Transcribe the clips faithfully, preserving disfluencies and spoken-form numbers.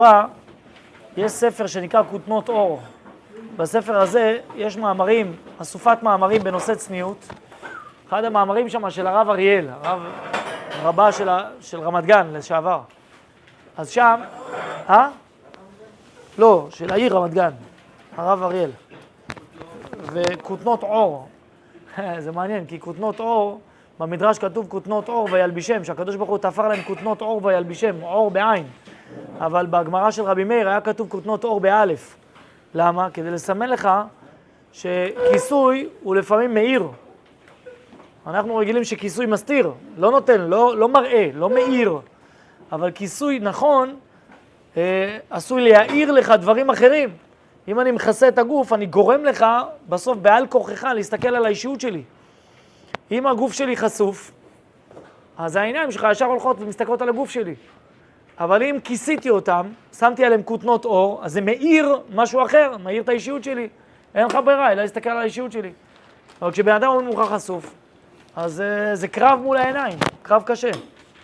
יש ספר שנקרא כותנות אור. בספר הזה יש מאמרים, אסופת מאמרים בנושא צניעות. אחד המאמרים שם של הרב אריאל, הרב רבה של, של רמת גן לשעבר. אז שם, אה? לא, של העיר רמת גן, הרב אריאל. וכותנות אור. זה מעניין, כי כותנות אור, במדרש כתוב כותנות אור וילבישם, שהקדוש ברוך הוא תפר להם כותנות אור וילבישם, אור בעין. אבל בגמרא של רבי מאיר היה כתוב כותנות אור באלף. למה? כדי לסמן לך שכיסוי הוא לפעמים מאיר. אנחנו רגילים שכיסוי מסתיר, לא נותן, לא, לא מראה, לא מאיר. אבל כיסוי נכון, אה, עשוי להאיר לך דברים אחרים. אם אני מכסה את הגוף, אני גורם לך בסוף בעל כוחך להסתכל על האישיות שלי. אם הגוף שלי חשוף, אז העיניים שלך ישר הולכות ומסתכלות על הגוף שלי. אבל אם כיסיתי אותם, שמתי עליהם כותנות אור, אז זה מאיר משהו אחר, מאיר את האישיות שלי. אין לך ברירה, אלא להסתכל על האישיות שלי. אבל כשבן אדם הוא מוכח חשוף, אז זה, זה קרב מול העיניים, קרב קשה.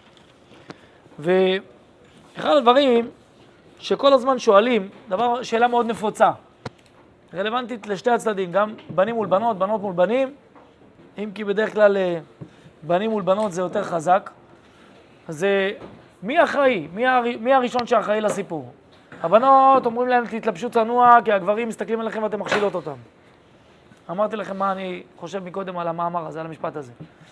ואחד הדברים שכל הזמן שואלים, דבר, שאלה מאוד נפוצה, רלוונטית לשתי הצדדים, גם בנים מול בנות, בנות מול בנים, אם כי בדרך כלל בנים מול בנות זה יותר חזק, אז מי אחראי? מי, הר... מי הראשון שאחראי לסיפור? הבנות אומרים להם תתלבשו צנוע, כי הגברים מסתכלים עליכם ואתם מכשילות אותם. אמרתי לכם מה אני חושב מקודם על המאמר הזה, על המשפט הזה.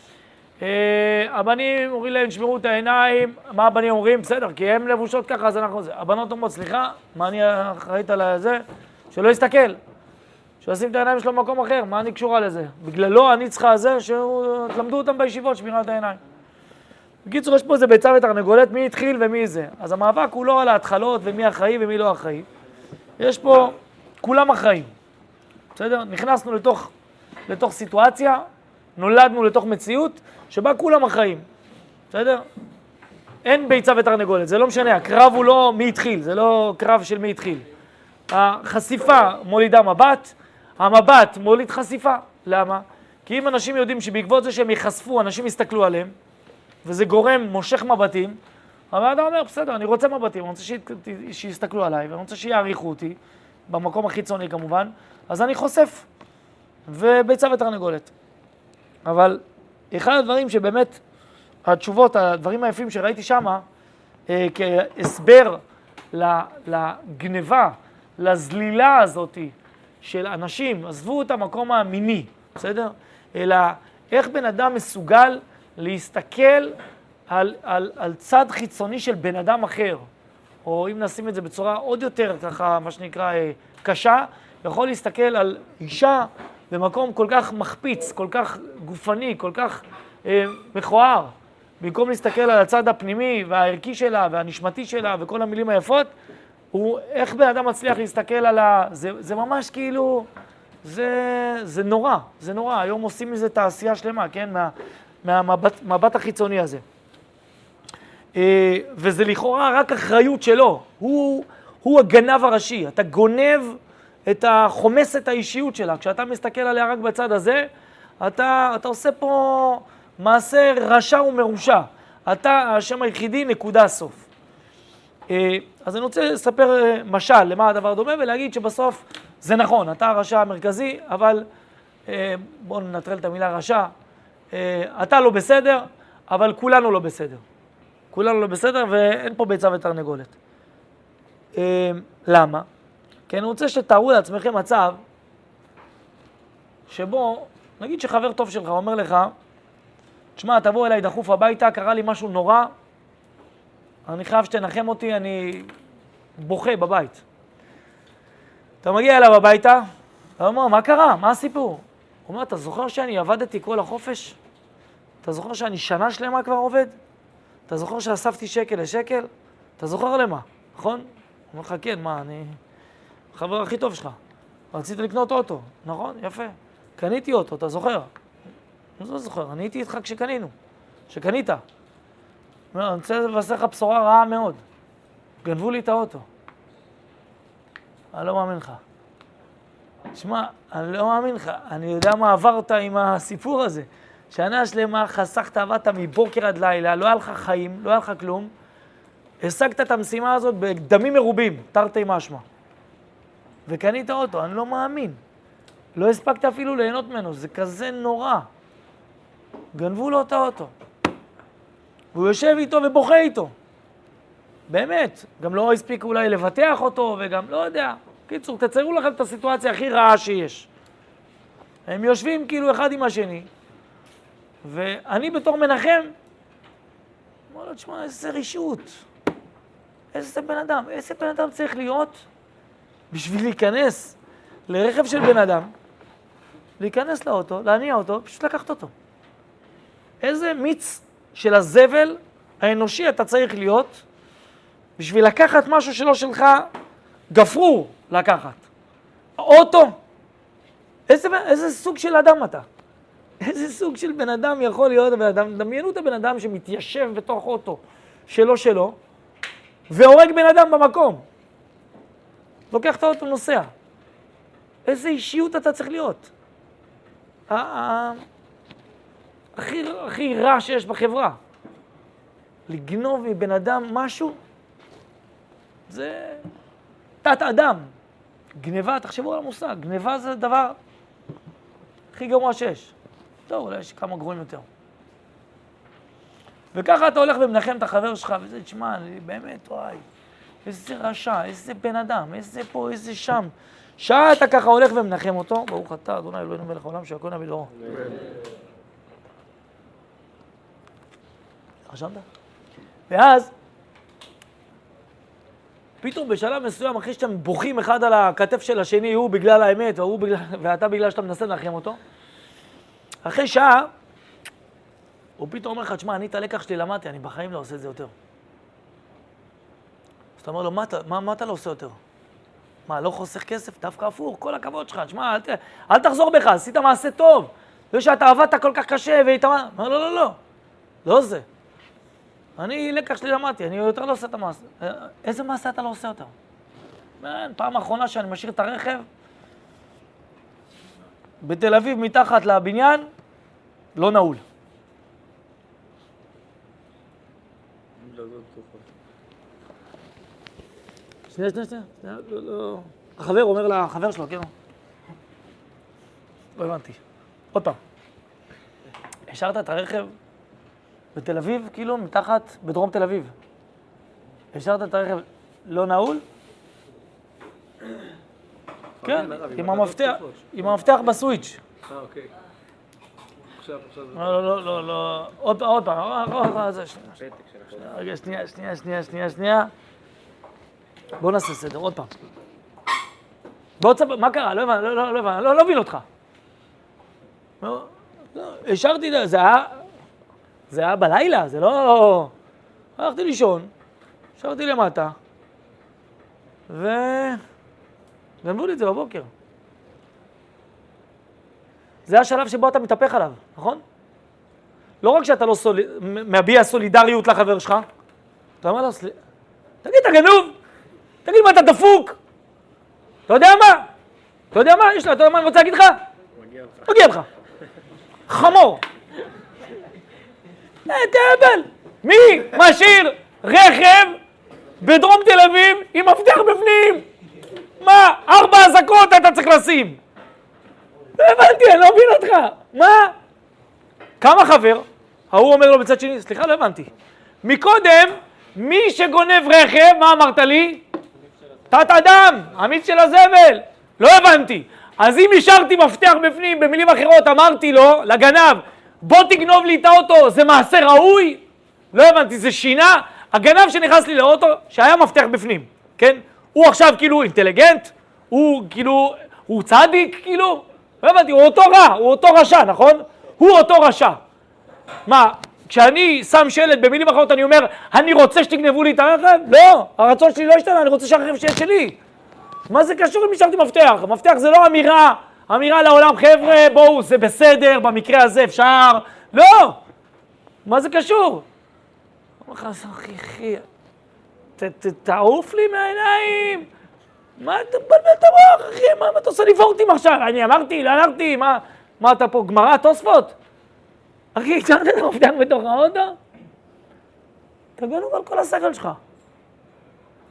הבנים אומרים להם תשמרו את העיניים, מה הבנים אומרים? בסדר, כי הם לבושות ככה, אז אנחנו... הבנות אומרות, סליחה, מה אני אחראית על זה? שלא יסתכל. שישים את העיניים שלו במקום אחר, מה אני קשורה לזה? בגללו אני צריכה זה, שתלמדו אותם בישיבות, שמירת העיניים. בקיצור, יש פה איזה ביצה ותרנגולת, מי התחיל ומי זה. אז המאבק הוא לא על ההתחלות ומי אחראי ומי לא אחראי. יש פה, כולם אחראים. בסדר? נכנסנו לתוך, לתוך סיטואציה, נולדנו לתוך מציאות, שבה כולם אחראים. בסדר? אין ביצה ותרנגולת, זה לא משנה, הקרב הוא לא מי התחיל, זה לא קרב של מי התחיל. החשיפה מולידה מבט, המבט מוליד חשיפה. למה? כי אם אנשים יודעים שבעקבות זה שהם יחשפו, אנשים יסתכלו עליהם, וזה גורם, מושך מבטים, אבל אתה אומר, בסדר, אני רוצה מבטים, אני רוצה שיסתכלו עליי, ואני רוצה שיעריכו אותי, במקום החיצוני כמובן, אז אני חושף, וביצה ותרנגולת. אבל אחד הדברים שבאמת, התשובות, הדברים היפים שראיתי שמה, אה, כהסבר לגניבה, לזלילה הזאת של אנשים, עזבו את המקום המיני, בסדר? אלא איך בן אדם מסוגל להסתכל על, על, על צד חיצוני של בן אדם אחר, או אם נשים את זה בצורה עוד יותר ככה, מה שנקרא, קשה, יכול להסתכל על אישה במקום כל כך מחפיץ, כל כך גופני, כל כך אה, מכוער, במקום להסתכל על הצד הפנימי והערכי שלה והנשמתי שלה וכל המילים היפות, הוא, איך בן אדם מצליח להסתכל על ה... זה, זה ממש כאילו, זה, זה נורא, זה נורא. היום עושים מזה תעשייה שלמה, כן? מה, מהמבט החיצוני הזה. וזה לכאורה רק אחריות שלו. הוא, הוא הגנב הראשי. אתה גונב את החומסת האישיות שלה. כשאתה מסתכל עליה רק בצד הזה, אתה, אתה עושה פה מעשה רשע ומרושע. אתה השם היחידי, נקודה סוף. אז אני רוצה לספר משל למה הדבר דומה ולהגיד שבסוף זה נכון, אתה הרשע המרכזי, אבל בואו ננטרל את המילה רשע. אתה לא בסדר, אבל כולנו לא בסדר. כולנו לא בסדר ואין פה ביצה ותרנגולת. למה? כי אני רוצה שתארו לעצמכם מצב שבו, נגיד שחבר טוב שלך אומר לך, תשמע, תבוא אליי דחוף הביתה, קרה לי משהו נורא, אני חייב שתנחם אותי, אני בוכה בבית. אתה מגיע אליו הביתה, אתה אומר, מה קרה? מה הסיפור? הוא אומר, אתה זוכר שאני עבדתי כל החופש? אתה זוכר שאני שנה שלמה כבר עובד? אתה זוכר שאספתי שקל לשקל? אתה זוכר למה, נכון? הוא אומר לך, כן, מה, אני החבר הכי טוב שלך. רציתי לקנות אוטו, נכון? יפה. קניתי אוטו, אתה זוכר? אני לא זוכר, אני הייתי איתך כשקנינו, שקנית. אני רוצה לבשר לך בשורה רעה מאוד. גנבו לי את האוטו. אני לא מאמין לך. תשמע, אני לא מאמין לך. אני יודע מה עברת עם הסיפור הזה. שנה שלמה חסכת, עבדת מבוקר עד לילה, לא היה לך חיים, לא היה לך כלום. השגת את המשימה הזאת בדמים מרובים, תרתי משמע. וקנית אותו, אני לא מאמין. לא הספקת אפילו ליהנות ממנו, זה כזה נורא. גנבו לו את האוטו. והוא יושב איתו ובוכה איתו. באמת, גם לא הספיק אולי לבטח אותו, וגם לא יודע. קיצור, תציירו לכם את הסיטואציה הכי רעה שיש. הם יושבים כאילו אחד עם השני, ואני בתור מנחם, אומר לו, תשמע, איזה רישות. איזה בן אדם, איזה בן אדם צריך להיות בשביל להיכנס לרכב של בן אדם, להיכנס לאוטו, להניע אותו, פשוט לקחת אותו. איזה מיץ של הזבל האנושי אתה צריך להיות בשביל לקחת משהו שלא שלך גפרור לקחת. אוטו, איזה, איזה סוג של אדם אתה? איזה סוג של בן אדם יכול להיות הבן אדם? דמיינו את הבן אדם שמתיישב בתוך אוטו שלו שלו, והורג בן אדם במקום. לוקח את האוטו נוסע. איזה אישיות אתה צריך להיות? הכי, הכי רע שיש בחברה. לגנוב מבן אדם משהו, זה תת אדם. גניבה, תחשבו על המושג, גניבה זה הדבר הכי גרוע שיש. טוב, אולי יש כמה גרועים יותר. וככה אתה הולך ומנחם את החבר שלך, וזה, תשמע, אני באמת, וואי, איזה רשע, איזה בן אדם, איזה פה, איזה שם. שעה אתה ככה הולך ומנחם אותו, ברוך אתה, אדוני אלוהינו מלך העולם, שהכל נביא דברו. חשבת? ואז, פתאום בשלב מסוים, אחרי שאתם בוכים אחד על הכתף של השני, הוא בגלל האמת, והוא בגלל, ואתה בגלל שאתה מנסה לנחם אותו, אחרי שעה, הוא פתאום אומר לך, תשמע, אני את הלקח שלי למדתי, אני בחיים לא עושה את זה יותר. אז אתה אומר לו, מה, מה, מה אתה לא עושה יותר? מה, לא חוסך כסף? דווקא הפוך, כל הכבוד שלך, תשמע, אל, אל תחזור בך, עשית מעשה טוב. זה שאתה עבדת כל כך קשה והתאמן. לא, לא, לא, לא. לא זה. אני, לקח שלי למדתי, אני יותר לא עושה את המעשה. איזה מעשה אתה לא עושה יותר? man, פעם האחרונה שאני משאיר את הרכב, בתל אביב מתחת לבניין, לא נעול. שנייה, שנייה, שנייה, לא, לא. החבר אומר לחבר שלו, כן? לא הבנתי. עוד פעם. השארת את הרכב בתל אביב, כאילו, מתחת, בדרום תל אביב. השארת את הרכב לא נעול? כן, עם המפתח, עם המפתח בסוויץ'. אה, אוקיי. עכשיו, עכשיו זה... לא, לא, לא, לא, עוד פעם, עוד פעם, עוד פעם, זה שנייה. רגע, שנייה, שנייה, שנייה, שנייה, שנייה. בוא נעשה סדר, עוד פעם. בוא תספר, מה קרה? לא הבנתי, לא, לא, לא הבנתי, לא, לא מבין אותך. לא, לא, השארתי, זה היה, זה היה בלילה, זה לא... הלכתי לישון, השארתי למטה, ו... גנבו לי את זה בבוקר. זה השלב שבו אתה מתהפך עליו, נכון? לא רק שאתה לא סול... מביע סולידריות לחבר שלך, אתה אומר לו, סל... תגיד, אתה גנוב? תגיד מה, אתה דפוק? אתה יודע מה? אתה יודע מה? יש לה, אתה יודע מה אני רוצה להגיד לך? מגיע לך. מגיע לך. חמור. תאבל. מי משאיר רכב בדרום תל אביב עם מפתח בפנים? מה? ארבע אזעקות אתה צריך לשים. לא הבנתי, אני לא מבין אותך. מה? כמה חבר? ההוא אומר לו בצד שני, סליחה, לא הבנתי. מקודם, מי שגונב רכב, מה אמרת לי? תת אדם, המיץ של הזבל. לא הבנתי. אז אם השארתי מפתח בפנים, במילים אחרות אמרתי לו, לגנב, בוא תגנוב לי את האוטו, זה מעשה ראוי? לא הבנתי, זה שינה? הגנב שנכנס לי לאוטו, שהיה מפתח בפנים, כן? הוא עכשיו כאילו אינטליגנט? הוא כאילו, הוא צדיק כאילו? לא הבנתי, הוא אותו רע, הוא אותו רשע, נכון? הוא אותו רשע. מה, כשאני שם שלט במילים אחרות אני אומר, אני רוצה שתגנבו לי את הרכב? לא, הרצון שלי לא השתנה, אני רוצה שהרכב שיהיה שלי. מה זה קשור אם השארתי מפתח? מפתח זה לא אמירה, אמירה לעולם, חבר'ה, בואו, זה בסדר, במקרה הזה אפשר. לא! מה זה קשור? אומר לך, אחי, אחי, תעוף לי מהעיניים. מה אתה מבלבל את המוח, אחי? מה אתה עושה לי וורטים עכשיו? אני אמרתי, לא אמרתי, מה, מה אתה פה, גמרא, תוספות? אחי, השארת את המפתח בתוך האוטו? אתה גנוב על כל השכל שלך.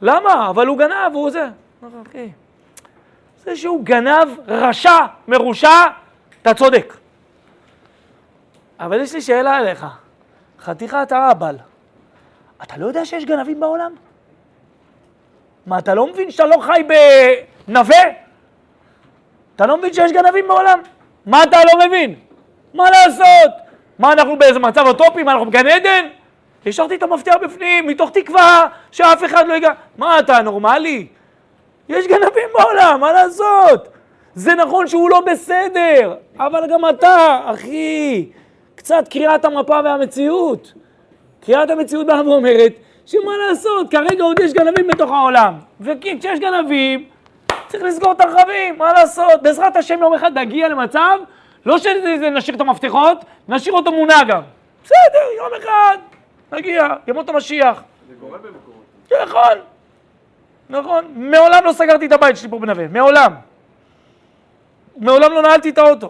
למה? אבל הוא גנב, הוא זה. אחי, זה שהוא גנב, רשע, מרושע, אתה צודק. אבל יש לי שאלה אליך. חתיכת האבל. אתה לא יודע שיש גנבים בעולם? מה, אתה לא מבין שאתה לא חי בנווה? אתה לא מבין שיש גנבים בעולם? מה אתה לא מבין? מה לעשות? מה, אנחנו באיזה מצב אוטופי? מה, אנחנו בגן עדן? השארתי את המפתח בפנים, מתוך תקווה שאף אחד לא ייגע. מה, אתה נורמלי? יש גנבים בעולם, מה לעשות? זה נכון שהוא לא בסדר, אבל גם אתה, אחי, קצת קריאת המפה והמציאות. קריאת המציאות באה ואומרת, שמה לעשות? כרגע עוד יש גנבים בתוך העולם. וכשיש גנבים, צריך לסגור את הרכבים, מה לעשות? בעזרת השם יום אחד נגיע למצב, לא שנשאיר את המפתחות, נשאיר אותו מונע גם. בסדר, יום אחד נגיע, ימות המשיח. זה קורה במקומות. נכון, נכון. מעולם לא סגרתי את הבית שלי פה בנווה, מעולם. מעולם לא נעלתי את האוטו.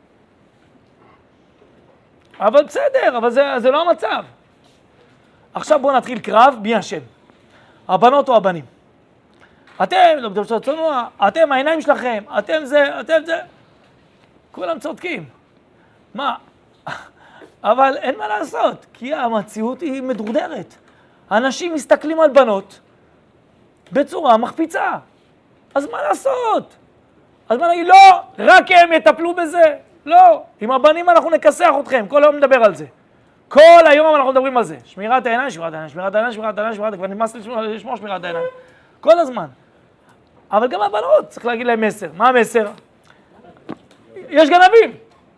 אבל בסדר, אבל זה, זה לא המצב. עכשיו בואו נתחיל קרב, מי השם? הבנות או הבנים? אתם, לא בדבר צנוע, אתם העיניים שלכם, אתם זה, אתם זה. כולם צודקים. מה? אבל אין מה לעשות, כי המציאות היא מדורדרת. אנשים מסתכלים על בנות בצורה מחפיצה. אז מה לעשות? אז מה נגיד, לא, רק הם יטפלו בזה. לא, עם הבנים אנחנו נכסח אתכם, כל היום נדבר על זה. כל היום אנחנו מדברים על זה. שמירת העיניים, שמירת העיניים, שמירת העיניים, שמירת העיניים, שמירת העיניים, כבר נמאס לשמור שמירת העיניים. כל הזמן. אבל גם הבנות, צריך להגיד להם מסר. מה המסר? יש גנבים.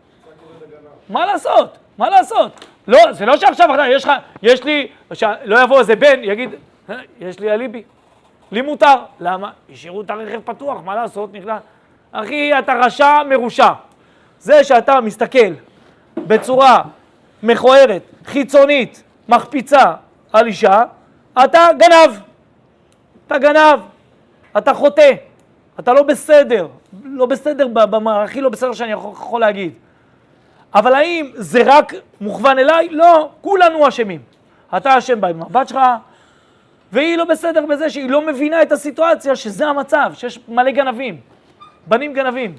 מה לעשות? מה לעשות? לא, זה לא שעכשיו, יש לך, יש לי, לא יבוא איזה בן, יגיד, יש לי אליבי. לי מותר. למה? השאירו את הרכב פתוח, מה לעשות? נכנס. אחי, אתה רשע מרושע. זה שאתה מסתכל בצורה מכוערת, חיצונית, מחפיצה על אישה, אתה גנב. אתה גנב. אתה חוטא. אתה לא בסדר. לא בסדר, הכי לא בסדר שאני יכול להגיד. אבל האם זה רק מוכוון אליי? לא, כולנו אשמים. אתה אשם בה עם הבת שלך, והיא לא בסדר בזה שהיא לא מבינה את הסיטואציה, שזה המצב, שיש מלא גנבים, בנים גנבים.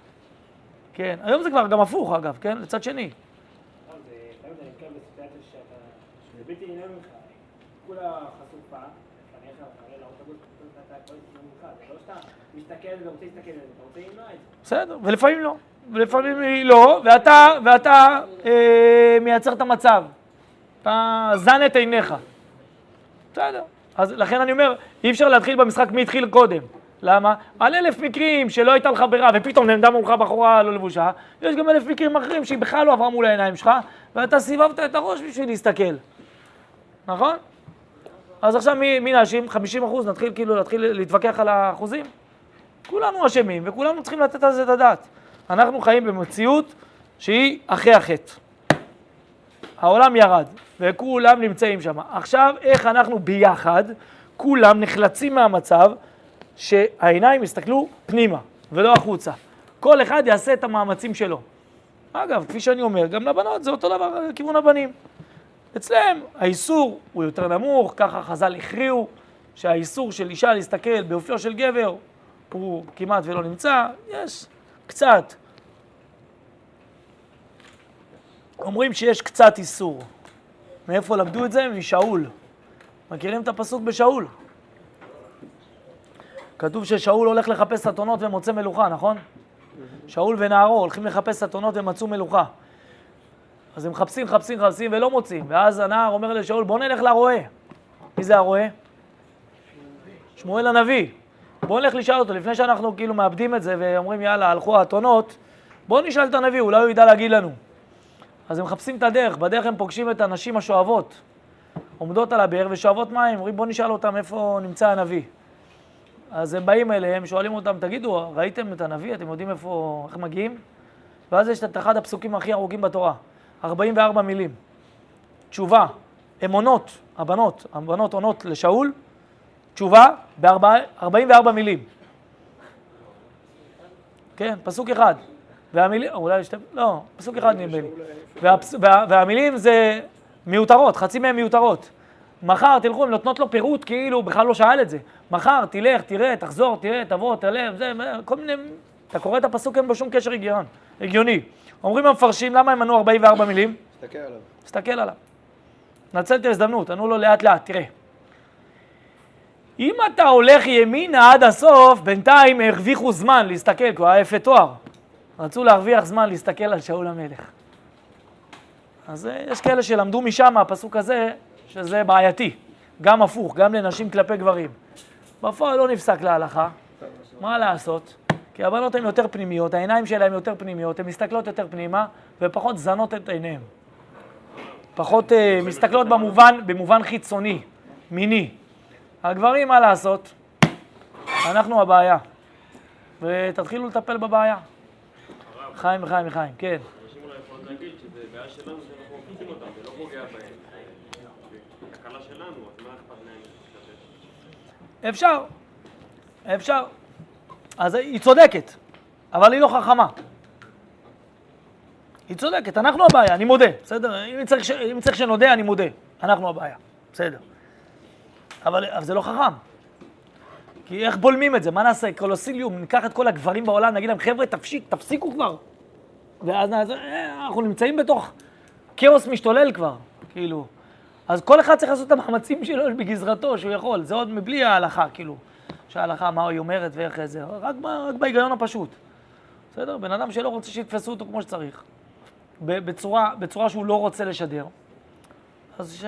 כן, היום זה כבר גם הפוך אגב, כן? לצד שני. זה תמיד אני נתקל בסיטואציה שאתה, שזה בלתי נמנע ממך, כולה חשופה, לפניך, אחרי לאוטובוס, אתה הכל תשמע ממך, זה לא שאתה מסתכל ורוצה להסתכל על זה, אתה רוצה למנוע את זה. בסדר, ולפעמים לא. ולפעמים לא, ואתה, ואתה אה, מייצר את המצב. אתה זן את עיניך. בסדר. אז לכן אני אומר, אי אפשר להתחיל במשחק מי התחיל קודם. למה? על אלף מקרים שלא הייתה לך ברירה, ופתאום נעמדה מולך בחורה לא לבושה, יש גם אלף מקרים אחרים שהיא בכלל לא עברה מול העיניים שלך, ואתה סיבבת את הראש בשביל להסתכל. נכון? אז עכשיו מי, מי נאשים? חמישים אחוז, נתחיל כאילו להתחיל להתווכח על האחוזים? כולנו אשמים, וכולנו צריכים לתת על זה את הדעת. אנחנו חיים במציאות שהיא אחרי החטא. העולם ירד, וכולם נמצאים שם. עכשיו, איך אנחנו ביחד, כולם נחלצים מהמצב, שהעיניים יסתכלו פנימה, ולא החוצה. כל אחד יעשה את המאמצים שלו. אגב, כפי שאני אומר, גם לבנות זה אותו דבר כיוון הבנים. אצלם האיסור הוא יותר נמוך, ככה חז"ל הכריעו, שהאיסור של אישה להסתכל באופיו של גבר, הוא כמעט ולא נמצא, יש קצת. אומרים שיש קצת איסור. מאיפה למדו את זה? משאול. מכירים את הפסוק בשאול? כתוב ששאול הולך לחפש אתונות ומוצא מלוכה, נכון? שאול ונערו הולכים לחפש אתונות ומצאו מלוכה. אז הם מחפשים, מחפשים, מחפשים ולא מוצאים. ואז הנער אומר לשאול, בוא נלך לרועה. מי זה הרועה? שמואל הנביא. בוא נלך לשאול אותו, לפני שאנחנו כאילו מאבדים את זה ואומרים יאללה, הלכו האתונות, בוא נשאל את הנביא, אולי הוא ידע להגיד לנו. אז הם מחפשים את הדרך, בדרך הם פוגשים את הנשים השואבות. עומדות על הבאר ושואבות מים, אומרים בוא נשאל אותם איפה נמצא הנביא. אז הם באים אליהם, שואלים אותם, תגידו, ראיתם את הנביא? אתם יודעים איפה, איך מגיעים? ואז יש את אחד הפסוקים הכי ארוכים בתורה, ארבעים וארבע מילים. תשובה, הם עונות, הבנות, הבנות עונות לשאול, תשובה ב-ארבעים וארבע מילים. כן, פסוק אחד. והמילים, אולי שתי, לא, פסוק אחד נדמה לי. וה, והמילים זה מיותרות, חצי מהם מיותרות. מחר תלכו, הם נותנות לו פירוט כאילו, בכלל לא שאל את זה. מחר, תלך, תראה, תחזור, תראה, תבוא, תלך, זה, כל מיני, אתה קורא את הפסוק, אין בו שום קשר הגיון, הגיוני. אומרים המפרשים, למה הם מנו ארבעים וארבע מילים? תסתכל עליו. תסתכל עליו. נצל את ההזדמנות, ענו לו לאט לאט, תראה. אם אתה הולך ימינה עד הסוף, בינתיים הרוויחו זמן להסתכל, כבר היה יפה תואר. רצו להרוויח זמן להסתכל על שאול המלך. אז יש כאלה שלמדו משם, הפסוק הזה, שזה בעייתי. גם הפוך, גם לנשים כלפי גברים. בפועל לא נפסק להלכה. מה לעשות? כי הבנות הן יותר פנימיות, העיניים שלהן יותר פנימיות, הן מסתכלות יותר פנימה, ופחות זנות את עיניהן. פחות uh, מסתכלות במובן, במובן חיצוני, מיני. הגברים, מה לעשות? אנחנו הבעיה. ותתחילו לטפל בבעיה. חיים, חיים, חיים, כן. אנשים אולי יכולים להגיד שזה בעיה שלנו שאנחנו מפחידים אותם, זה לא פוגע בהם. זה תקלה שלנו, אז מה אכפת להם להתקשב? אפשר, אפשר. אז היא צודקת, אבל היא לא חכמה. היא צודקת, אנחנו הבעיה, אני מודה, בסדר? אם צריך, אם צריך שנודה, אני מודה. אנחנו הבעיה, בסדר. אבל, אבל זה לא חכם. כי איך בולמים את זה? מה נעשה? קולוסיליום, ניקח את כל הגברים בעולם, נגיד להם, חבר'ה, תפשיק, תפסיקו כבר. ואז נעשה, אנחנו נמצאים בתוך כאוס משתולל כבר, כאילו. אז כל אחד צריך לעשות את המאמצים שלו בגזרתו, שהוא יכול. זה עוד מבלי ההלכה, כאילו. שההלכה, מה היא אומרת ואיך זה. רק, רק בהיגיון הפשוט. בסדר? בן אדם שלא רוצה שיתפסו אותו כמו שצריך. בצורה, בצורה שהוא לא רוצה לשדר. אז ש...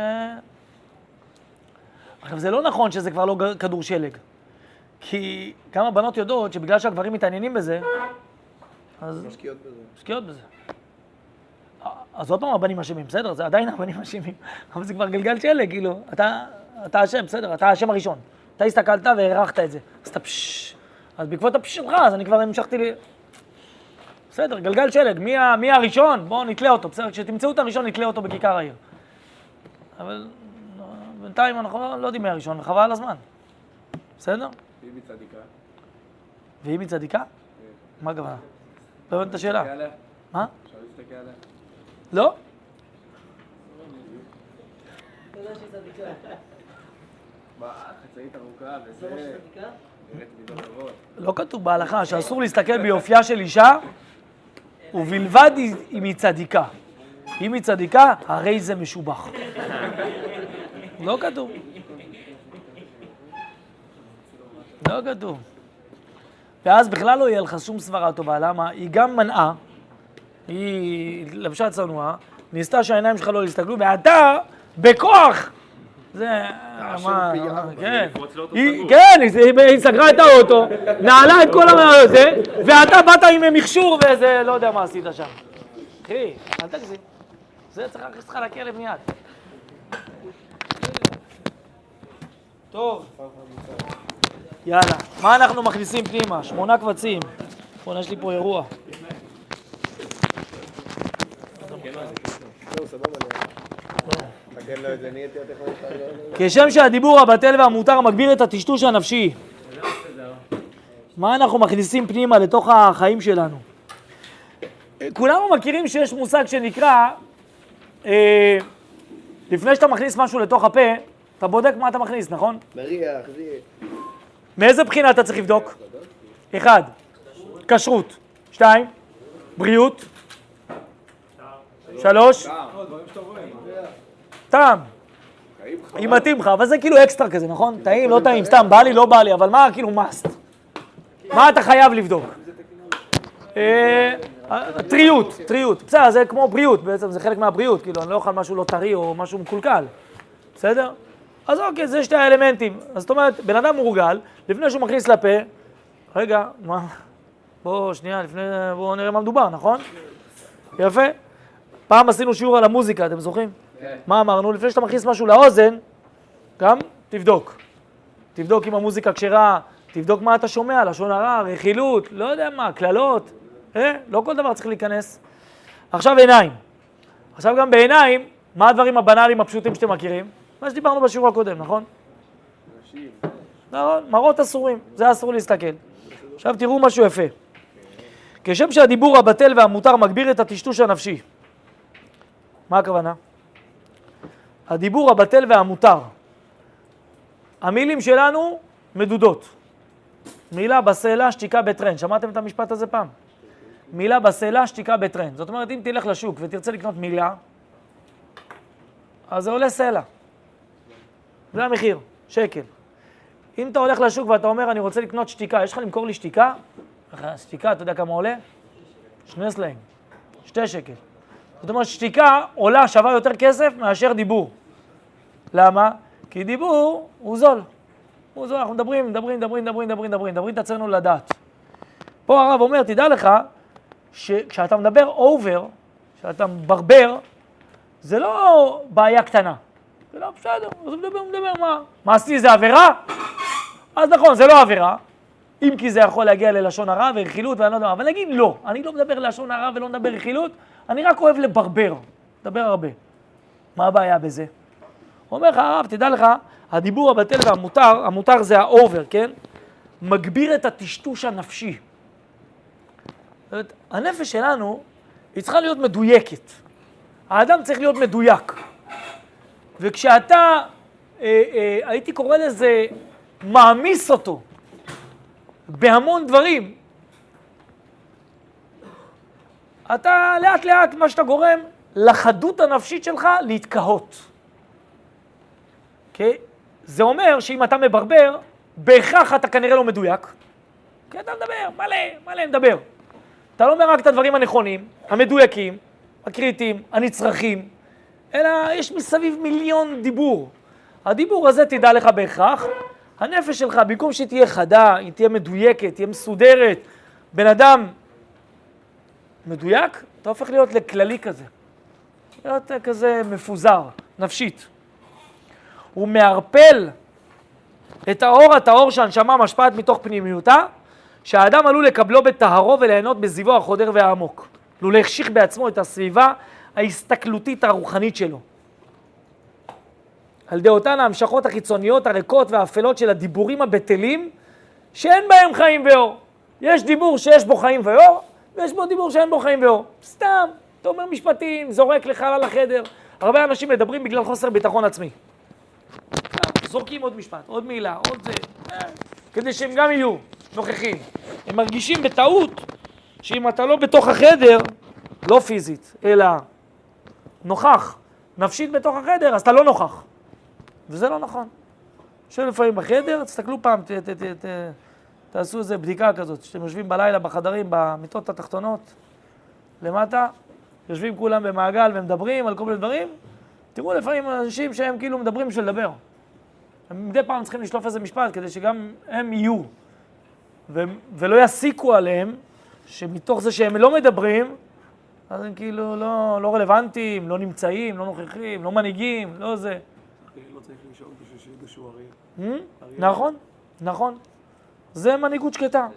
עכשיו, זה לא נכון שזה כבר לא כדור שלג. כי כמה בנות יודעות שבגלל שהגברים מתעניינים בזה, אז... משקיעות בזה. משקיעות בזה. אז עוד פעם הבנים אשמים, בסדר? זה עדיין הבנים אשמים. אבל זה כבר גלגל שלג, כאילו. אתה, אתה אשם, בסדר? אתה האשם הראשון. אתה הסתכלת והערכת את זה. אז אתה פשש. אז בעקבות הפשש שלך, אז אני כבר המשכתי לי... בסדר, גלגל שלג. מי, מי הראשון? בואו נתלה אותו, בסדר? כשתמצאו את הראשון, נתלה אותו בכיכר העיר. אבל בינתיים אנחנו לא, לא יודעים מי הראשון, וחבל על הזמן. בסדר? והיא מצדיקה. והיא מצדיקה? מה הכוונה? לא הבנת את השאלה. תסתכל עליה. מה? אפשר להסתכל עליה. לא? מה, חצאית ארוכה וזה... נראית מידות טובות. לא כתוב בהלכה שאסור להסתכל ביופייה של אישה, ובלבד אם היא צדיקה. אם היא צדיקה, הרי זה משובח. לא כתוב. לא כתוב. ואז בכלל לא יהיה לך שום סברה טובה. למה? היא גם מנעה, היא לבשה צנועה, ניסתה שהעיניים שלך לא יסתכלו, ואתה, בכוח! זה... מה... כן. כן, היא סגרה את האוטו, נעלה את כל הזה, ואתה באת עם מכשור וזה, לא יודע מה עשית שם. אחי, אל תגזים. זה צריך להכניס אותך לכלא מיד. טוב. יאללה. מה אנחנו מכניסים פנימה? שמונה קבצים. בואו, יש לי פה אירוע. כשם שהדיבור הבטל והמותר מגביר את הטשטוש הנפשי. מה אנחנו מכניסים פנימה לתוך החיים שלנו? כולנו מכירים שיש מושג שנקרא, אה, לפני שאתה מכניס משהו לתוך הפה, אתה בודק מה אתה מכניס, נכון? מריח, זה... מאיזה בחינה אתה צריך לבדוק? אחד, כשרות. שתיים, בריאות. שלוש, טעם. אם מתאים לך, אבל זה כאילו אקסטרה כזה, נכון? טעים, לא טעים, סתם, בא לי, לא בא לי, אבל מה כאילו מאסט? מה אתה חייב לבדוק? טריות, טריות. בסדר, זה כמו בריאות, בעצם זה חלק מהבריאות, כאילו, אני לא אוכל משהו לא טרי או משהו מקולקל. בסדר? אז אוקיי, זה שתי האלמנטים. אז זאת אומרת, בן אדם מורגל, לפני שהוא מכניס לפה, רגע, מה? בוא, שנייה, לפני, בוא נראה מה מדובר, נכון? יפה. פעם עשינו שיעור על המוזיקה, אתם זוכרים? כן. מה אמרנו? לפני שאתה מכניס משהו לאוזן, גם תבדוק. תבדוק אם המוזיקה כשרה, תבדוק מה אתה שומע, לשון הרע, רכילות, לא יודע מה, כללות. אה? לא כל דבר צריך להיכנס. עכשיו עיניים. עכשיו גם בעיניים, מה הדברים הבנאליים הפשוטים שאתם מכירים? מה שדיברנו בשיעור הקודם, נכון? נכון, מראות אסורים, זה אסור להסתכל. עכשיו תראו משהו יפה. כשם שהדיבור הבטל והמותר מגביר את הטשטוש הנפשי. מה הכוונה? הדיבור הבטל והמותר. המילים שלנו מדודות. מילה בסלע, שתיקה בטרנד. שמעתם את המשפט הזה פעם? מילה בסלע, שתיקה בטרנד. זאת אומרת, אם תלך לשוק ותרצה לקנות מילה, אז זה עולה סלע. זה המחיר, שקל. אם אתה הולך לשוק ואתה אומר, אני רוצה לקנות שתיקה, יש לך למכור לי שתיקה? שתיקה, אתה יודע כמה עולה? שני סלעים, שתי שקל. זאת אומרת, שתיקה עולה שווה יותר כסף מאשר דיבור. למה? כי דיבור הוא זול. הוא זול, אנחנו מדברים, מדברים, מדברים, מדברים, מדברים, מדברים, מדברים את עצמנו לדעת. פה הרב אומר, תדע לך, שכשאתה מדבר אובר, כשאתה מברבר, זה לא בעיה קטנה. זה לא בסדר, אז הוא מדבר, הוא מדבר, מה? מעשי זה עבירה? אז נכון, זה לא עבירה, אם כי זה יכול להגיע ללשון הרע ורכילות ואני לא יודע מה, אבל נגיד לא, אני לא מדבר ללשון הרע ולא מדבר רכילות, אני רק אוהב לברבר, מדבר הרבה. מה הבעיה בזה? הוא אומר לך, הרב, תדע לך, הדיבור הבטל והמותר, המותר זה האובר, כן? מגביר את הטשטוש הנפשי. זאת אומרת, הנפש שלנו היא צריכה להיות מדויקת. האדם צריך להיות מדויק. וכשאתה, אה, אה, הייתי קורא לזה, מעמיס אותו בהמון דברים, אתה לאט לאט מה שאתה גורם לחדות הנפשית שלך להתקהות. Okay? זה אומר שאם אתה מברבר, בהכרח אתה כנראה לא מדויק. כי אתה מדבר, מלא, מלא מדבר. אתה לא אומר רק את הדברים הנכונים, המדויקים, הקריטיים, הנצרכים, אלא יש מסביב מיליון דיבור. הדיבור הזה תדע לך בהכרח, הנפש שלך, במקום שהיא תהיה חדה, היא תהיה מדויקת, תהיה מסודרת, בן אדם מדויק, אתה הופך להיות לכללי כזה. להיות כזה מפוזר, נפשית. הוא מערפל את האור הטהור שהנשמה משפעת מתוך פנימיותה, שהאדם עלול לקבלו בטהרו וליהנות בזיוו החודר והעמוק. לו להחשיך בעצמו את הסביבה ההסתכלותית הרוחנית שלו. על ידי אותן ההמשכות החיצוניות הריקות והאפלות של הדיבורים הבטלים, שאין בהם חיים ואור. יש דיבור שיש בו חיים ואור, ויש בו דיבור שאין בו חיים ואור. סתם, אתה אומר משפטים, זורק לחלל החדר. הרבה אנשים מדברים בגלל חוסר ביטחון עצמי. זורקים עוד משפט, עוד מילה, עוד זה, כדי שהם גם יהיו נוכחים. הם מרגישים בטעות שאם אתה לא בתוך החדר, לא פיזית, אלא נוכח, נפשית בתוך החדר, אז אתה לא נוכח. וזה לא נכון. שלפעמים בחדר, תסתכלו פעם, ת, ת, ת, ת, תעשו איזו בדיקה כזאת, שאתם יושבים בלילה בחדרים, במיטות התחתונות, למטה, יושבים כולם במעגל ומדברים על כל מיני דברים, תראו לפעמים אנשים שהם כאילו מדברים בשביל לדבר. הם מדי פעם צריכים לשלוף איזה משפט כדי שגם הם יהיו, ו- ולא יסיקו עליהם, שמתוך זה שהם לא מדברים, אז הם כאילו לא, לא רלוונטיים, לא נמצאים, לא נוכחים, לא מנהיגים, לא זה. לא צריך לשאול בשביל שידעו שהוא אריה. נכון, נכון. זה מנהיגות שקטה.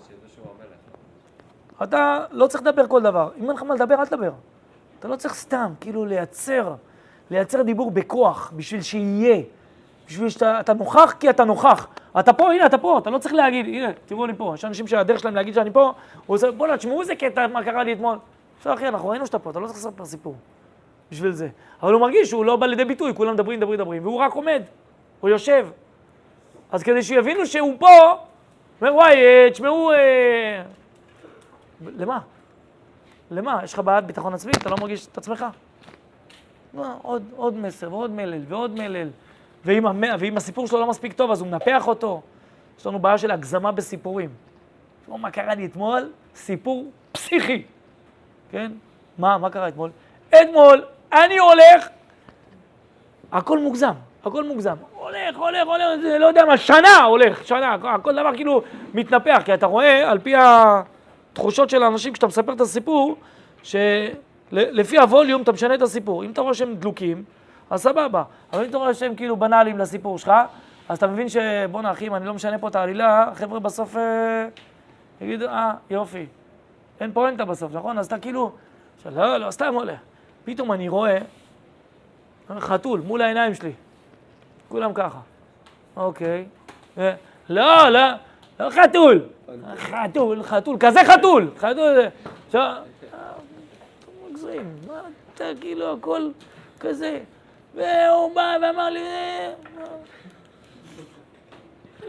אתה לא צריך לדבר כל דבר. אם אין לך מה לדבר, אל תדבר. אתה לא צריך סתם, כאילו לייצר, לייצר דיבור בכוח, בשביל שיהיה. בשביל שאתה אתה נוכח כי אתה נוכח. אתה פה, הנה, אתה פה, אתה לא צריך להגיד, הנה, תראו אני פה. יש אנשים שהדרך שלהם להגיד שאני פה, הוא עושה, בוא נשמעו איזה קטע, מה קרה לי אתמול. עכשיו אחי, אנחנו ראינו שאתה פה, אתה לא צריך לספר סיפור. בשביל זה. אבל הוא מרגיש שהוא לא בא לידי ביטוי, כולם מדברים, מדברים, מדברים, והוא רק עומד, הוא יושב. אז כדי שיבינו שהוא פה, הוא אומר, וואי, תשמעו, אה... למה? למה? יש לך בעיית ביטחון עצמי? אתה לא מרגיש את עצמך? לא, עוד, עוד מסר, ועוד מלל, ועוד מלל. ואם, המ... ואם הסיפור שלו לא מספיק טוב, אז הוא מנפח אותו. יש לנו בעיה של הגזמה בסיפורים. תראו, מה קרה לי אתמול? סיפור פסיכי. כן? מה? מה קרה אתמול? אתמול, אני הולך, הכל מוגזם, הכל מוגזם. הולך, הולך, הולך, לא יודע מה, שנה הולך, שנה, הכל דבר כאילו מתנפח, כי אתה רואה, על פי התחושות של האנשים, כשאתה מספר את הסיפור, שלפי הווליום אתה משנה את הסיפור. אם אתה רואה שהם דלוקים, אז סבבה. אבל אם אתה רואה שהם כאילו בנאליים לסיפור שלך, אז אתה מבין שבוא נאחים, אני לא משנה פה את העלילה, חבר'ה בסוף אה, יגידו, אה, יופי, אין פואנטה בסוף, נכון? אז אתה כאילו, לא, לא, סתם עולה. פתאום אני רואה חתול מול העיניים שלי. כולם ככה. אוקיי. לא, לא, לא חתול. חתול, חתול, כזה חתול. חתול. עכשיו, מגזרים, מה אתה כאילו הכל כזה. והוא בא ואמר לי,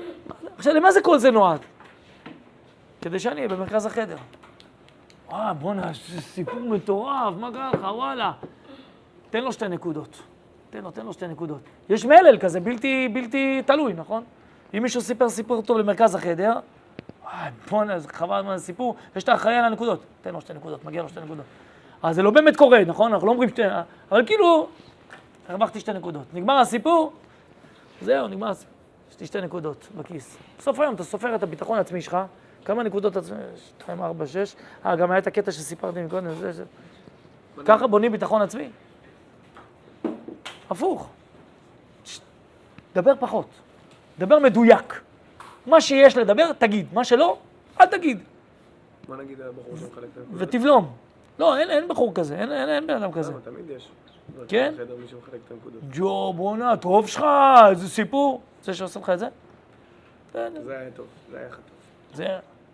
עכשיו, למה זה כל זה נועד? כדי שאני אהיה במרכז החדר. וואו, בוא'נה, סיפור מטורף, מה קרה לך, וואלה. תן לו שתי נקודות. תן לו, תן לו שתי נקודות. יש מלל כזה, בלתי, בלתי תלוי, נכון? אם מישהו סיפר סיפור טוב למרכז החדר, וואי, בוא'נה, זה חבל מה זה סיפור, יש את האחראי על הנקודות. תן לו שתי נקודות, מגיע לו שתי נקודות. אז זה לא באמת קורה, נכון? אנחנו לא אומרים שתי... אבל כאילו, הרווחתי שתי נקודות. נגמר הסיפור, זהו, נגמר הסיפור. יש לי שתי נקודות בכיס. בסוף היום אתה סופר את הביטחון העצמי שלך, כמה נקודות עצמי? שתיים, ארבע, שש. אה, גם היה את הקטע שסיפרתי מקודם. זה, זה. ככה בונים ביטחון עצמי. הפוך. דבר פחות. דבר מדויק. מה שיש לדבר, תגיד. מה שלא, אל תגיד. מה נגיד הבחור שמחלק את הנקודות? ותבלום. לא, אין, אין בחור כזה, אין, אין, אין בן אדם כזה. למה, תמיד יש. כן? בחדר מי שמחלק את הנקודות. ג'ו, בואנה, טוב שלך, איזה סיפור. זה שעושה לך את זה? זה היה טוב, זה היה לך טוב. זה...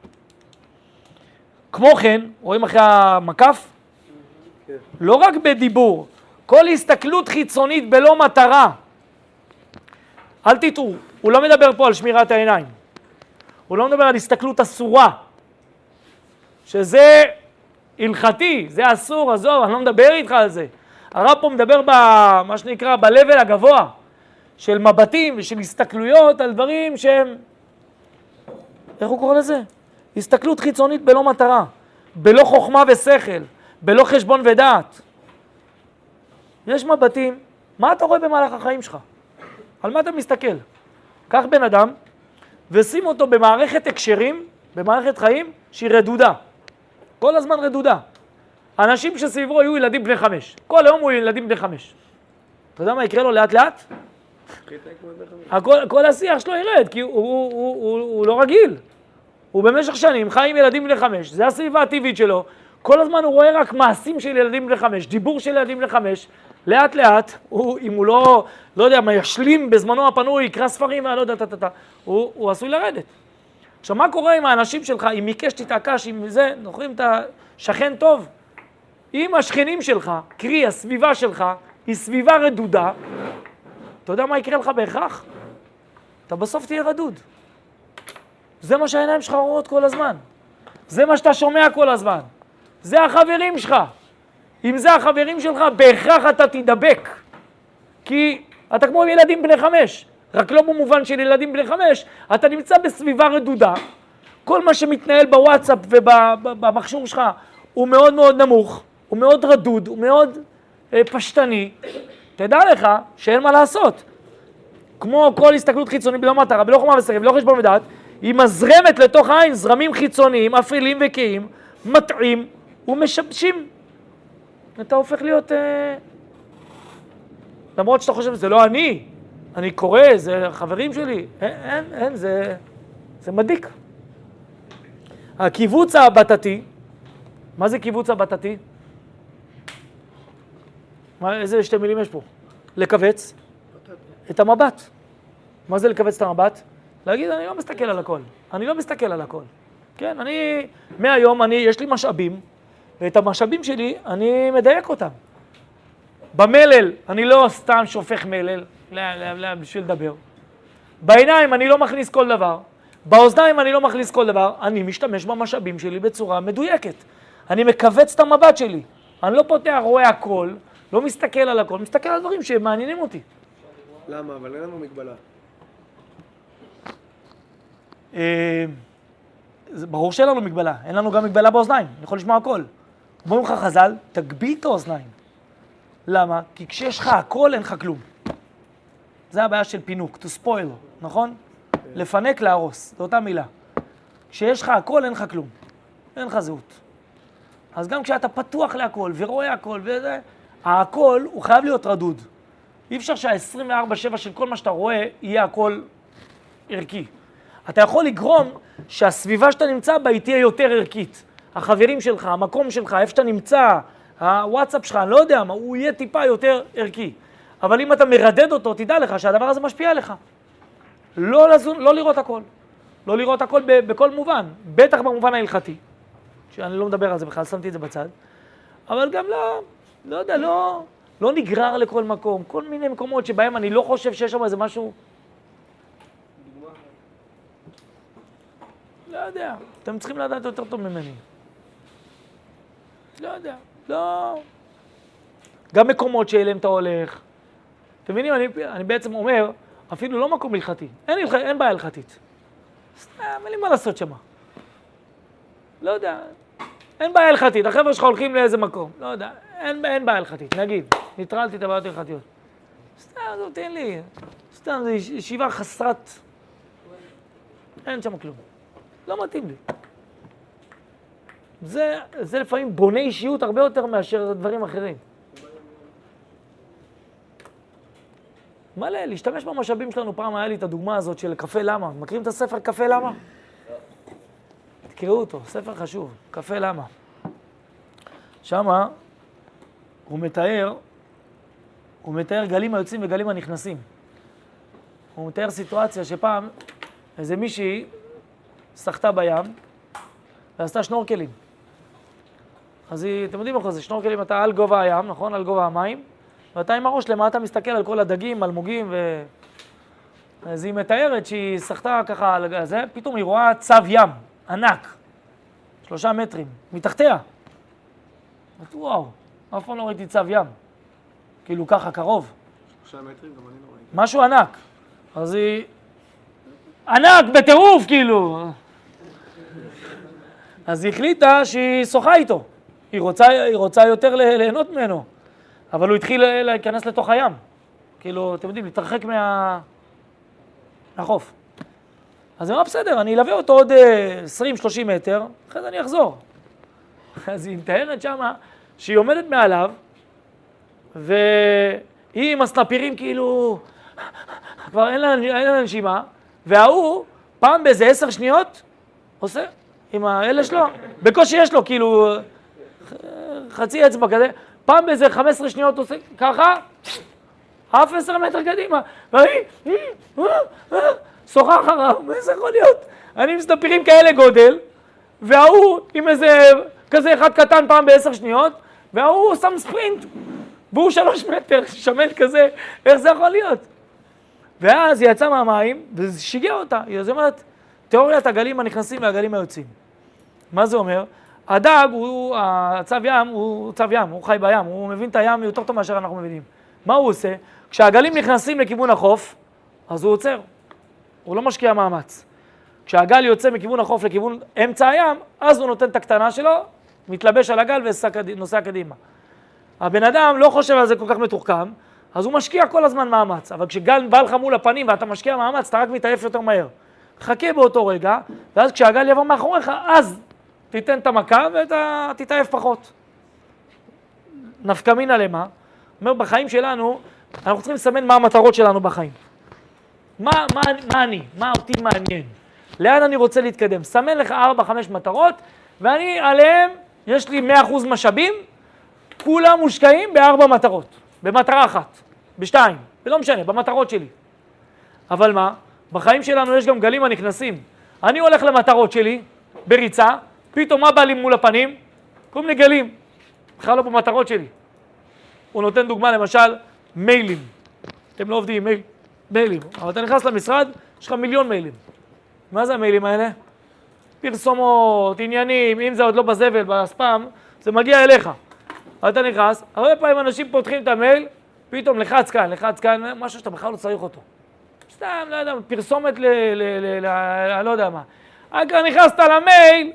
כמו כן, רואים אחרי המקף? כן. לא רק בדיבור, כל הסתכלות חיצונית בלא מטרה. אל תטעו, הוא לא מדבר פה על שמירת העיניים. הוא לא מדבר על הסתכלות אסורה. שזה הלכתי, זה אסור, עזוב, אני לא מדבר איתך על זה. הרב פה מדבר במה שנקרא, ב-level הגבוה, של מבטים ושל הסתכלויות על דברים שהם... איך הוא קורא לזה? הסתכלות חיצונית בלא מטרה, בלא חוכמה ושכל, בלא חשבון ודעת. יש מבטים, מה אתה רואה במהלך החיים שלך? על מה אתה מסתכל? קח בן אדם ושים אותו במערכת הקשרים, במערכת חיים שהיא רדודה. כל הזמן רדודה. אנשים שסביבו יהיו ילדים בני חמש. כל היום הוא ילדים בני חמש. אתה יודע מה יקרה לו לאט לאט? הכל, כל השיח שלו ירד, כי הוא, הוא, הוא, הוא, הוא לא רגיל. הוא במשך שנים חי עם ילדים בני חמש, זה הסביבה הטבעית שלו. כל הזמן הוא רואה רק מעשים של ילדים בני חמש, דיבור של ילדים בני חמש. לאט לאט, הוא, אם הוא לא, לא יודע, מה ישלים בזמנו הפנוי, יקרא ספרים, לא יודע, תתתה, הוא, הוא עשוי לרדת. עכשיו, מה קורה עם האנשים שלך, אם עיקש תתעקש, עם זה, נוכרים את השכן טוב? אם השכנים שלך, קרי, הסביבה שלך, היא סביבה רדודה, אתה יודע מה יקרה לך בהכרח? אתה בסוף תהיה רדוד. זה מה שהעיניים שלך רואות כל הזמן. זה מה שאתה שומע כל הזמן. זה החברים שלך. אם זה החברים שלך, בהכרח אתה תדבק. כי אתה כמו ילדים בני חמש. רק לא במובן של ילדים בני חמש, אתה נמצא בסביבה רדודה. כל מה שמתנהל בוואטסאפ ובמחשור שלך הוא מאוד מאוד נמוך, הוא מאוד רדוד, הוא מאוד אה, פשטני. תדע לך שאין מה לעשות. כמו כל הסתכלות חיצונית בלא מטרה, בלא חוכמה ושכל, בלא חשבון ודעת, היא מזרמת לתוך העין זרמים חיצוניים, אפלים וקיים, מטעים ומשבשים. אתה הופך להיות... אה... למרות שאתה חושב שזה לא אני, אני קורא, זה חברים שלי. אין, אין, אין, זה, זה מדיק. הקיבוץ הבטתי, מה זה קיבוץ הבטתי? מה, איזה שתי מילים יש פה? לקבץ את המבט. מה זה לקבץ את המבט? להגיד, אני לא מסתכל על הכל. אני לא מסתכל על הכל. כן, אני, מהיום אני, יש לי משאבים, ואת המשאבים שלי אני מדייק אותם. במלל, אני לא סתם שופך מלל, בשביל לדבר. בעיניים אני לא מכניס כל דבר. באוזניים אני לא מכניס כל דבר. אני משתמש במשאבים שלי בצורה מדויקת. אני מקבץ את המבט שלי. אני לא פותח, רואה הכל, לא מסתכל על הכל, מסתכל על דברים שמעניינים אותי. למה? אבל אין לנו מגבלה. ברור שאין לנו מגבלה. אין לנו גם מגבלה באוזניים. אני יכול לשמוע הכל. אומרים לך חז"ל, תגביל את האוזניים. למה? כי כשיש לך הכל, אין לך כלום. זה הבעיה של פינוק, to spoil, נכון? לפנק, להרוס, זו אותה מילה. כשיש לך הכל, אין לך כלום. אין לך זהות. אז גם כשאתה פתוח להכל ורואה הכל וזה, הכל הוא חייב להיות רדוד. אי אפשר שה-עשרים וארבע שבע של כל מה שאתה רואה יהיה הכל ערכי. אתה יכול לגרום שהסביבה שאתה נמצא בה היא תהיה יותר ערכית. החברים שלך, המקום שלך, איפה שאתה נמצא, הוואטסאפ שלך, אני לא יודע מה, הוא יהיה טיפה יותר ערכי. אבל אם אתה מרדד אותו, תדע לך שהדבר הזה משפיע עליך. לא, לזון, לא לראות הכל. לא לראות הכל ב- בכל מובן. בטח במובן ההלכתי. שאני לא מדבר על זה בכלל, שמתי את זה בצד. אבל גם לא, לא יודע, לא, לא נגרר לכל מקום. כל מיני מקומות שבהם אני לא חושב שיש שם איזה משהו... לא יודע, אתם צריכים לדעת יותר טוב ממני. לא יודע, לא. גם מקומות שאליהם אתה הולך. אתם מבינים, אני, אני בעצם אומר, אפילו לא מקום הלכתי. אין, אין בעיה הלכתית. סתם, אין לי מה לעשות שמה. לא יודע, אין בעיה הלכתית. החבר'ה שלך הולכים לאיזה מקום. לא יודע, אין, אין בעיה הלכתית. נגיד, ניטרלתי את הבעיות הלכתיות. סתם, זה תן לי. סתם, זו ישיבה חסרת. אין שם כלום. לא מתאים לי. זה, זה לפעמים בונה אישיות הרבה יותר מאשר דברים אחרים. מלא, להשתמש במשאבים שלנו. פעם היה לי את הדוגמה הזאת של קפה למה. מכירים את הספר קפה למה? תקראו אותו, ספר חשוב, קפה למה. שמה הוא מתאר, הוא מתאר גלים היוצאים וגלים הנכנסים. הוא מתאר סיטואציה שפעם איזה מישהי שחתה בים ועשתה שנורקלים. אז היא, אתם יודעים איך זה, שנורקלים אתה על גובה הים, נכון? על גובה המים. ואתה עם הראש למטה מסתכל על כל הדגים, אלמוגים ו... אז היא מתארת שהיא שחתה ככה על זה, פתאום היא רואה צב ים, ענק, שלושה מטרים, מתחתיה. וואו, אף פעם לא ראיתי צב ים. כאילו ככה, קרוב. שלושה מטרים, גם אני לא ראיתי. משהו ענק. אז היא... ענק, בטירוף, כאילו. אז היא החליטה שהיא שוחה איתו. היא רוצה, היא רוצה יותר ליהנות ממנו. אבל הוא התחיל להיכנס לתוך הים. כאילו, אתם יודעים, להתרחק מה... מהחוף. אז היא אמרה, בסדר, אני אלווה אותו עוד עשרים שלושים מטר, אחרי זה אני אחזור. אז היא מתארת שמה שהיא עומדת מעליו, והיא עם הסנפירים כאילו, כבר אין לה, אין לה נשימה, והוא פעם באיזה עשר שניות עושה עם האלה שלו, בקושי יש לו כאילו חצי אצבע כזה, פעם באיזה חמש עשרה שניות עושה ככה, אף עשר מטר קדימה, והיא שוחה אחריו, מה זה יכול להיות? אני עם סנפירים כאלה גודל, והוא עם איזה כזה אחד קטן פעם בעשר שניות, והוא שם ספרינט, והוא שלוש מטר, שמל כזה, איך זה יכול להיות? ואז היא יצאה מהמים, וזה שיגע אותה. היא אומרת, תיאוריית הגלים הנכנסים והגלים היוצאים. מה זה אומר? הדג, הוא, הצו ים, הוא צו ים, הוא חי בים, הוא מבין את הים יותר טוב מאשר אנחנו מבינים. מה הוא עושה? כשהגלים נכנסים לכיוון החוף, אז הוא עוצר. הוא לא משקיע מאמץ. כשהגל יוצא מכיוון החוף לכיוון אמצע הים, אז הוא נותן את הקטנה שלו, מתלבש על הגל ונוסע קדימה. הבן אדם לא חושב על זה כל כך מתוחכם, אז הוא משקיע כל הזמן מאמץ. אבל כשגל בא לך מול הפנים ואתה משקיע מאמץ, אתה רק מתעייף יותר מהר. חכה באותו רגע, ואז כשהגל יבוא מאחוריך, אז תיתן את המכה ואתה תתעייף פחות. נפקא מינה למה? אומר, בחיים שלנו, אנחנו צריכים לסמן מה המטרות שלנו בחיים. מה, מה, מה אני? מה אותי מעניין? לאן אני רוצה להתקדם? סמן לך ארבע, חמש מטרות, ואני עליהם, יש לי מאה אחוז משאבים, כולם מושקעים בארבע מטרות, במטרה אחת, בשתיים, ולא משנה, במטרות שלי. אבל מה? בחיים שלנו יש גם גלים הנכנסים. אני הולך למטרות שלי, בריצה, פתאום מה בא לי מול הפנים? כל מיני גלים, בכלל לא במטרות שלי. הוא נותן דוגמה, למשל, מיילים. אתם לא עובדים עם מייל, מיילים, אבל אתה נכנס למשרד, יש לך מיליון מיילים. מה זה המיילים האלה? פרסומות, עניינים, אם זה עוד לא בזבל, בספאם, זה מגיע אליך. אתה נכנס, הרבה פעמים אנשים פותחים את המייל, פתאום לחץ כאן, לחץ כאן, משהו שאתה בכלל לא צריך אותו. סתם, לא יודע, פרסומת ל... ל, ל, ל לא יודע מה. רק נכנסת למייל,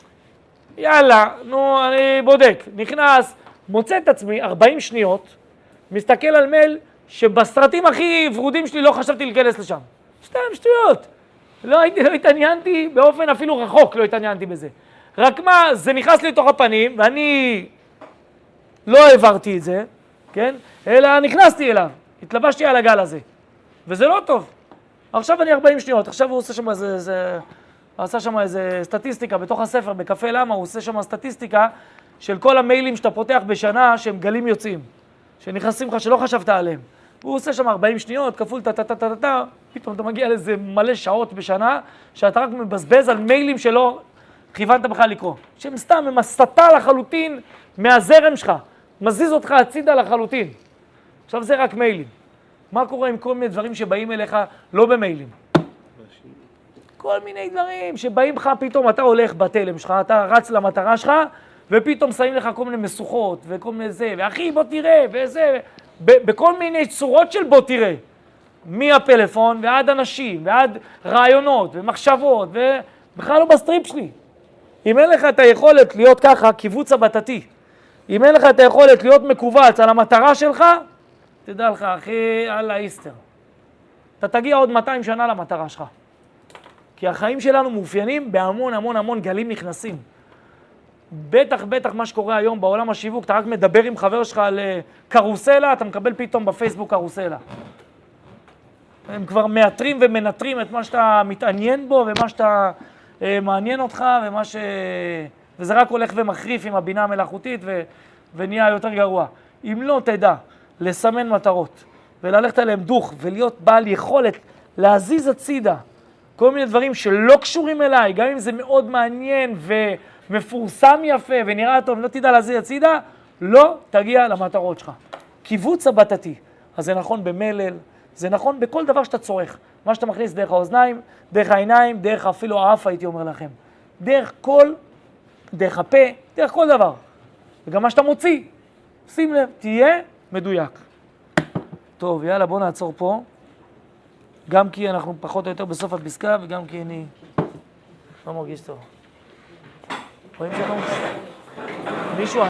יאללה, נו, אני בודק. נכנס, מוצא את עצמי ארבעים שניות, מסתכל על מייל שבסרטים הכי ורודים שלי לא חשבתי להיכנס לשם. סתם, שטויות. לא, לא התעניינתי, באופן אפילו רחוק לא התעניינתי בזה. רק מה, זה נכנס לי לתוך הפנים, ואני לא העברתי את זה, כן? אלא נכנסתי אליו, התלבשתי על הגל הזה. וזה לא טוב. עכשיו אני ארבעים שניות, עכשיו הוא עושה שם איזה, זה, הוא עשה שם איזה סטטיסטיקה בתוך הספר, בקפה למה, הוא עושה שם סטטיסטיקה של כל המיילים שאתה פותח בשנה שהם גלים יוצאים, שנכנסים לך שלא חשבת עליהם. הוא עושה שם ארבעים שניות, כפול טה-טה-טה-טה-טה, פתאום אתה מגיע לזה מלא שעות בשנה, שאתה רק מבזבז על מיילים שלא כיוונת בכלל לקרוא. שהם סתם, הם הסתה לחלוטין מהזרם שלך, מזיז אותך הצידה לחלוטין. עכשיו זה רק מיילים. מה קורה עם כל מיני דברים שבאים אליך לא במיילים? כל מיני דברים שבאים לך פתאום, אתה הולך בתלם שלך, אתה רץ למטרה שלך, ופתאום שמים לך כל מיני משוכות, וכל מיני זה, ואחי בוא תראה, וזה, בכל מיני צורות של בוא תראה. מהפלאפון ועד אנשים, ועד רעיונות ומחשבות, ובכלל לא בסטריפ שלי. אם אין לך את היכולת להיות ככה, קיבוץ הבטתי, אם אין לך את היכולת להיות מקובץ על המטרה שלך, תדע לך, אחי, אללה איסטר. אתה תגיע עוד מאתיים שנה למטרה שלך. כי החיים שלנו מאופיינים בהמון המון המון גלים נכנסים. בטח, בטח מה שקורה היום בעולם השיווק, אתה רק מדבר עם חבר שלך על קרוסלה, אתה מקבל פתאום בפייסבוק קרוסלה. הם כבר מאתרים ומנטרים את מה שאתה מתעניין בו, ומה שאתה אה, מעניין אותך, ומה ש... וזה רק הולך ומחריף עם הבינה המלאכותית, ו... ונהיה יותר גרוע. אם לא תדע לסמן מטרות, וללכת עליהם דוך, ולהיות בעל יכולת להזיז הצידה, כל מיני דברים שלא קשורים אליי, גם אם זה מאוד מעניין ומפורסם יפה ונראה טוב, לא תדע להזיז הצידה, לא תגיע למטרות שלך. קיבוץ הבטתי. אז זה נכון במלל, זה נכון בכל דבר שאתה צורך. מה שאתה מכניס דרך האוזניים, דרך העיניים, דרך אפילו האף, הייתי אומר לכם. דרך כל, דרך הפה, דרך כל דבר. וגם מה שאתה מוציא. שים לב, תהיה מדויק. טוב, יאללה, בוא נעצור פה. גם כי אנחנו פחות או יותר בסוף הפסקה, וגם כי אני לא מרגיש טוב. רואים שלום? מישהו...